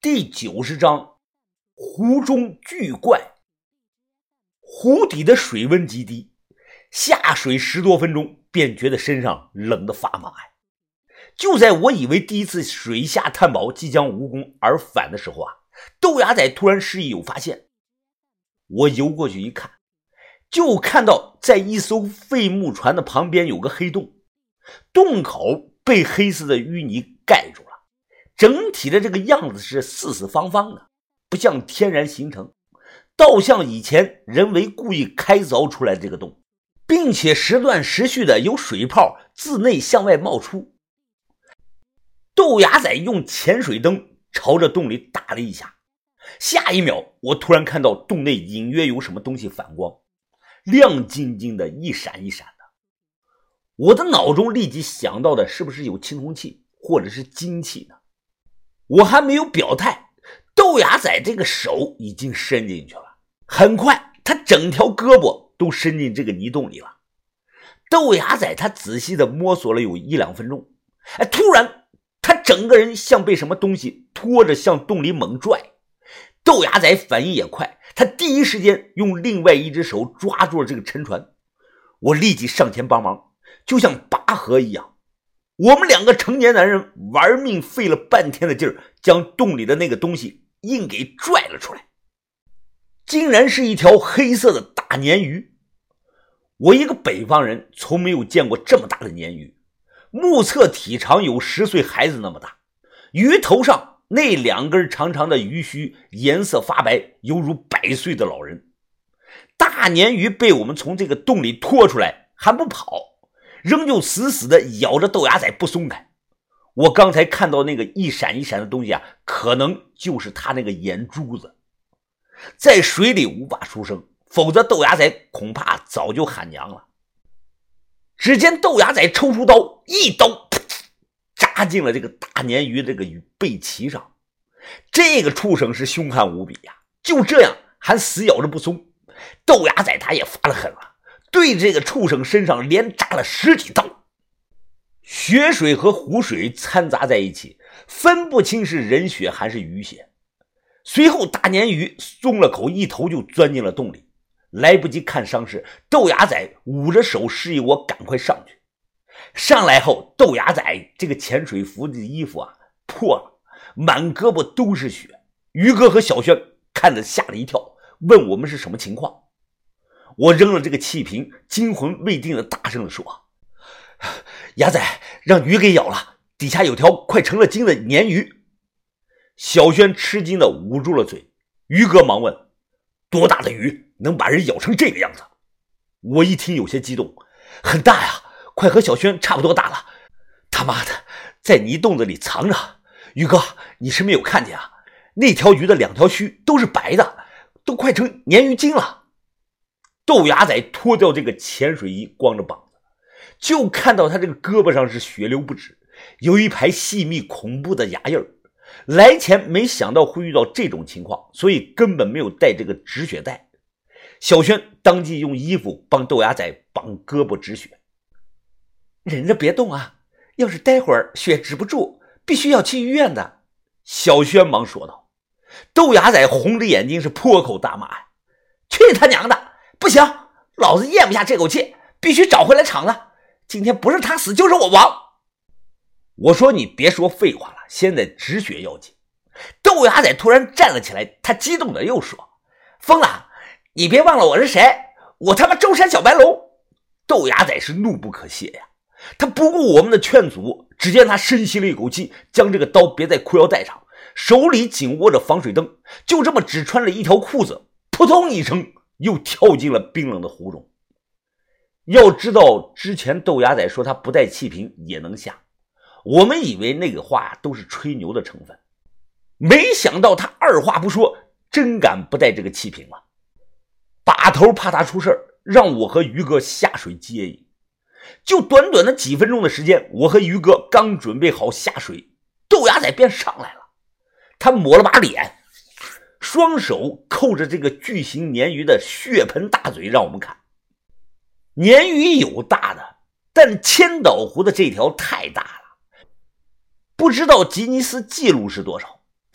第90章湖中巨怪。湖底的水温极低，下水10多分钟便觉得身上冷得发麻呀。就在我以为第一次水下探宝即将无功而返的时候豆芽仔突然示意有发现。我游过去一看，就看到在一艘废木船的旁边有个黑洞，洞口被黑色的淤泥盖住了，整体的这个样子是四四方方的，不像天然形成，倒像以前人为故意开凿出来的这个洞，并且时断时续的有水泡自内向外冒出。豆芽仔用潜水灯朝着洞里打了一下，下一秒我突然看到洞内隐约有什么东西反光，亮晶晶的，一闪一闪的。我的脑中立即想到的是不是有青铜器或者是金器呢？我还没有表态，豆芽仔这个手已经伸进去了，很快他整条胳膊都伸进这个泥洞里了。豆芽仔他仔细的摸索了有1-2分钟，突然他整个人像被什么东西拖着向洞里猛拽。豆芽仔反应也快，他第一时间用另外一只手抓住了这个沉船。我立即上前帮忙，就像拔河一样，我们2个成年男人玩命费了半天的劲儿，将洞里的那个东西硬给拽了出来，竟然是一条黑色的大鲶鱼。我一个北方人从没有见过这么大的鲶鱼，目测体长有10岁孩子那么大，鱼头上那2根长长的鱼须颜色发白，犹如100岁的老人。大鲶鱼被我们从这个洞里拖出来还不跑，仍旧死死的咬着豆芽仔不松开。我刚才看到那个一闪一闪的东西可能就是他那个眼珠子。在水里无法出声，否则豆芽仔恐怕早就喊娘了。只见豆芽仔抽出刀，一刀扎进了这个大鲶鱼这个背鳍上。这个畜生是凶悍无比就这样还死咬着不松。豆芽仔他也发了狠了，对这个畜生身上连扎了10几刀。血水和湖水掺杂在一起，分不清是人血还是鱼血。随后大鲶鱼松了口，一头就钻进了洞里。来不及看伤势，豆芽仔捂着手示意我赶快上去。上来后，豆芽仔这个潜水服的衣服破了，满胳膊都是血。于哥和小轩看得吓了一跳，问我们是什么情况。我扔了这个气瓶，惊魂未定的大声地说：芽仔让鱼给咬了，底下有条快成了精的鲶鱼。小轩吃惊的捂住了嘴。于哥忙问：多大的鱼能把人咬成这个样子？我一听有些激动：很大呀，快和小轩差不多大了。他妈的，在泥洞子里藏着。于哥，你是没有看见那条鱼的2条须都是白的，都快成鲶鱼精了。豆芽仔脱掉这个潜水衣，光着膀子，就看到他这个胳膊上是血流不止，有一排细密恐怖的牙印儿。来前没想到会遇到这种情况，所以根本没有带这个止血带。小轩当即用衣服帮豆芽仔绑胳膊止血。忍着别动要是待会儿血止不住，必须要去医院的。小轩忙说道。豆芽仔红着眼睛是破口大骂去他娘的，不行，老子咽不下这口气，必须找回来场子，今天不是他死就是我亡。我说你别说废话了，现在止血要紧。豆芽仔突然站了起来，他激动的又说：疯了，你别忘了我是谁，我他妈舟山小白龙。豆芽仔是怒不可遏他不顾我们的劝阻，只见他深吸了一口气，将这个刀别在裤腰带上，手里紧握着防水灯，就这么只穿了一条裤子，扑通一声又跳进了冰冷的湖中。要知道之前豆芽仔说他不带气瓶也能下，我们以为那个话都是吹牛的成分，没想到他二话不说，真敢不带这个气瓶了。把头怕他出事，让我和于哥下水接应。就短短的几分钟的时间，我和于哥刚准备好下水，豆芽仔便上来了。他抹了把脸，双手扣着这个巨型鲶鱼的血盆大嘴让我们看。鲶鱼有大的，但千岛湖的这条太大了，不知道吉尼斯纪录是多少，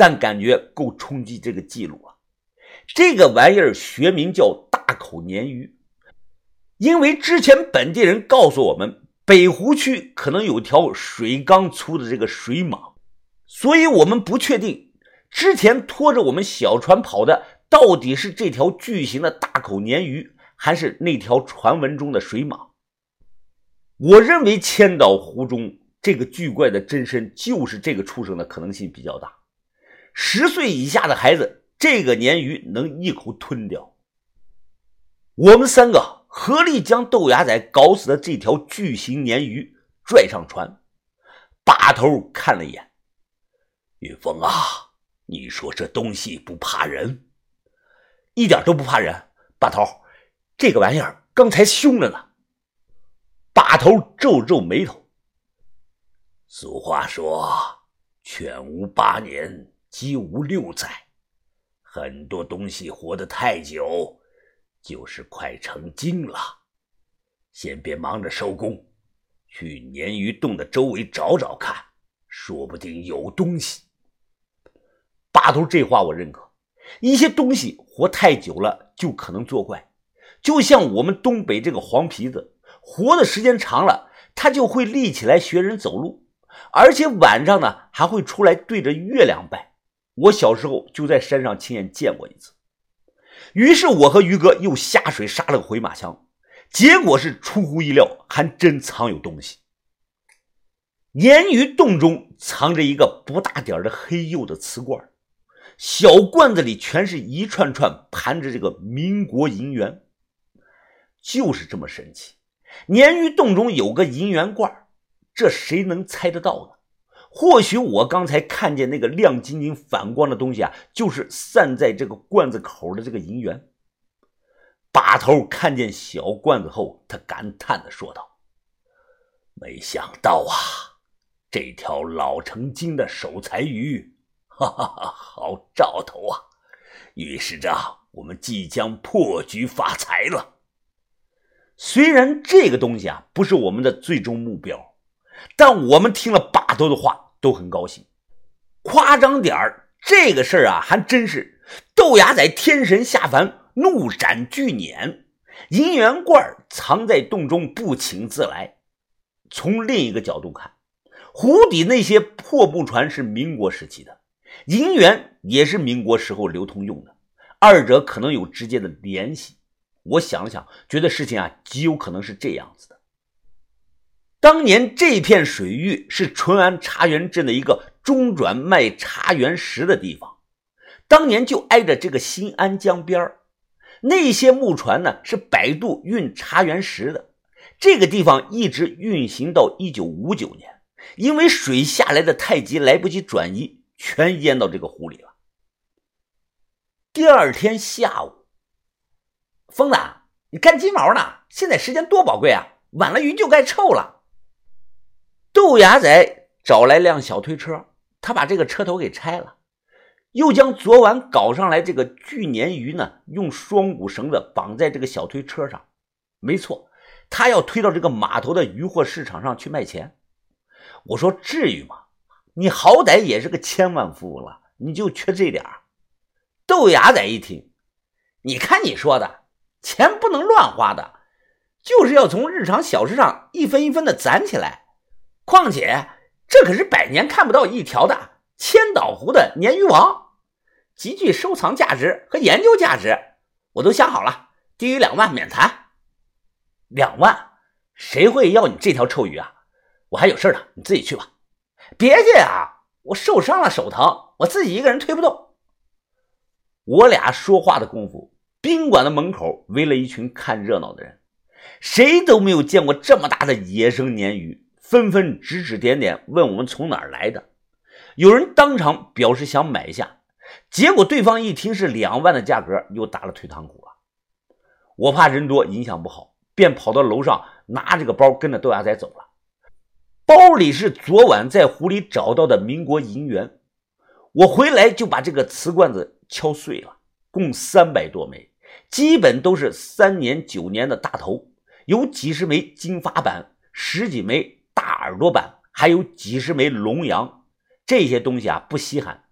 但感觉够冲击这个记录了。这个玩意儿学名叫大口鲶鱼，因为之前本地人告诉我们，北湖区可能有条水缸粗的这个水蟒，所以我们不确定之前拖着我们小船跑的到底是这条巨型的大口鲶鱼，还是那条传闻中的水蟒。我认为千岛湖中这个巨怪的真身就是这个畜生的可能性比较大。10岁以下的孩子，这个鲶鱼能一口吞掉。我们3个合力将豆芽仔搞死的这条巨型鲶鱼拽上船。把头看了一眼，云峰啊，你说这东西不怕人？一点都不怕人，把头，这个玩意儿刚才凶着呢。把头皱皱眉头。俗话说，犬无8年，鸡无6载，很多东西活得太久，就是快成精了。先别忙着收工，去鲶鱼洞的周围找找看，说不定有东西。把头这话我认可，一些东西活太久了就可能作怪，就像我们东北这个黄皮子，活的时间长了，他就会立起来学人走路，而且晚上呢还会出来对着月亮拜。我小时候就在山上亲眼见过一次。于是我和于哥又下水杀了个回马枪，结果是出乎意料，还真藏有东西。鲶鱼洞中藏着一个不大点的黑釉的瓷罐，小罐子里全是一串串盘着这个民国银元。就是这么神奇，鲶鱼洞中有个银元罐，这谁能猜得到呢？或许我刚才看见那个亮晶晶反光的东西啊，就是散在这个罐子口的这个银元。把头看见小罐子后，他感叹地说道：没想到啊，这条老成精的守财鱼，哈哈哈，好兆头啊！预示着我们即将破局发财了。虽然这个东西啊不是我们的最终目标，但我们听了把头的话都很高兴。夸张点儿，这个事儿啊还真是豆芽仔天神下凡，怒斩巨鲶，银元罐藏在洞中不请自来。从另一个角度看，湖底那些破布船是民国时期的，银元也是民国时候流通用的，二者可能有直接的联系。我想了想，觉得事情啊极有可能是这样子的。当年这片水域是淳安茶园镇的一个中转卖茶园石的地方，当年就挨着这个新安江边，那些木船呢是摆渡运茶园石的。这个地方一直运行到1959年，因为水下来的太急，来不及转移，全淹到这个湖里了。第二天下午，疯子，你干鸡毛呢？现在时间多宝贵啊，晚了鱼就该臭了。豆芽仔找来辆小推车，他把这个车头给拆了，又将昨晚搞上来这个巨鲶鱼呢，用双股绳子绑在这个小推车上。没错，他要推到这个码头的渔货市场上去卖钱。我说至于吗？你好歹也是个千万富翁了，你就缺这点儿。豆芽仔一听，你看你说的，钱不能乱花的，就是要从日常小事上一分一分的攒起来。况且这可是100年看不到一条的千岛湖的鲶鱼王，极具收藏价值和研究价值。我都想好了，低于2万免谈。2万？谁会要你这条臭鱼啊？我还有事呢，你自己去吧。别介啊，我受伤了，手疼，我自己一个人推不动。我俩说话的功夫，宾馆的门口围了一群看热闹的人，谁都没有见过这么大的野生鲶鱼，纷纷指指点点问我们从哪儿来的。有人当场表示想买下，结果对方一听是2万的价格，又打了退堂鼓了。我怕人多影响不好，便跑到楼上拿这个包跟着豆芽仔走了。包里是昨晚在湖里找到的民国银元，我回来就把这个瓷罐子敲碎了，共300多枚，基本都是3年9年的大头，有几十枚金发版，10几枚大耳朵版，还有几十枚龙阳。这些东西啊不稀罕，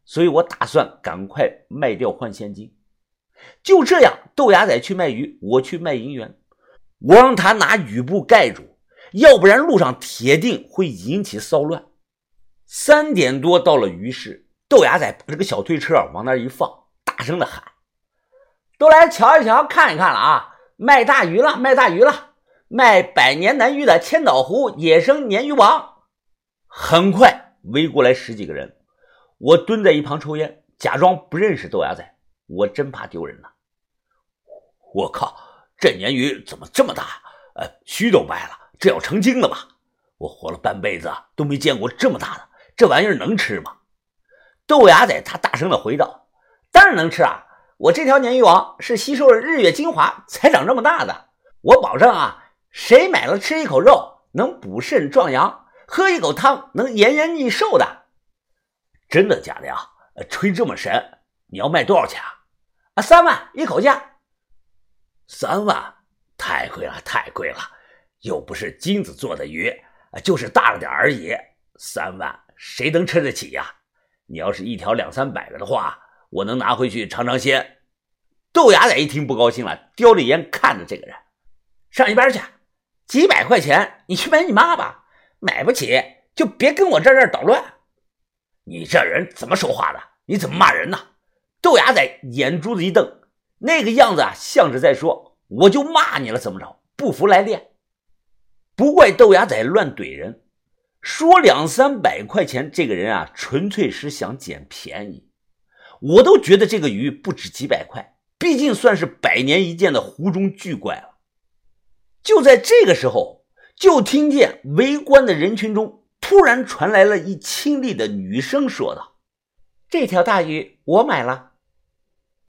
所以我打算赶快卖掉换现金。就这样，豆芽仔去卖鱼，我去卖银元。我让他拿雨布盖住，要不然路上铁定会引起骚乱。3点多到了鱼市，豆芽仔把这个小推车往那一放，大声的喊：都来瞧一瞧看一看了啊，卖大鱼了，卖大鱼了，卖百年难遇的千岛湖野生鲶鱼王。很快围过来10几个人，我蹲在一旁抽烟，假装不认识豆芽仔，我真怕丢人了。我靠，这鲶鱼怎么这么大？须都白了，这要成精了吧？我活了半辈子都没见过这么大的，这玩意儿能吃吗？豆芽仔他大声的回道：当然能吃啊，我这条鲶鱼王是吸收了日月精华才长这么大的，我保证啊，谁买了吃一口肉能补肾壮阳，喝一口汤能延年益寿的。真的假的呀？吹这么神，你要卖多少钱啊？3万一口价。3万？太贵了，太贵了，又不是金子做的鱼，就是大了点而已，3万谁能吃得起呀？你要是一条200-300个的话，我能拿回去尝尝鲜。豆芽仔一听不高兴了，叼着烟看着这个人：上一边去，几百块钱你去买你妈吧，买不起就别跟我这儿捣乱。你这人怎么说话的？你怎么骂人呢？豆芽仔眼珠子一瞪，那个样子啊，像是在说我就骂你了怎么着，不服来练。不怪豆芽仔乱怼人，说200-300块钱，这个人啊纯粹是想捡便宜。我都觉得这个鱼不止几百块，毕竟算是百年一见的湖中巨怪了。就在这个时候，就听见围观的人群中突然传来了一清丽的女声说道：这条大鱼我买了。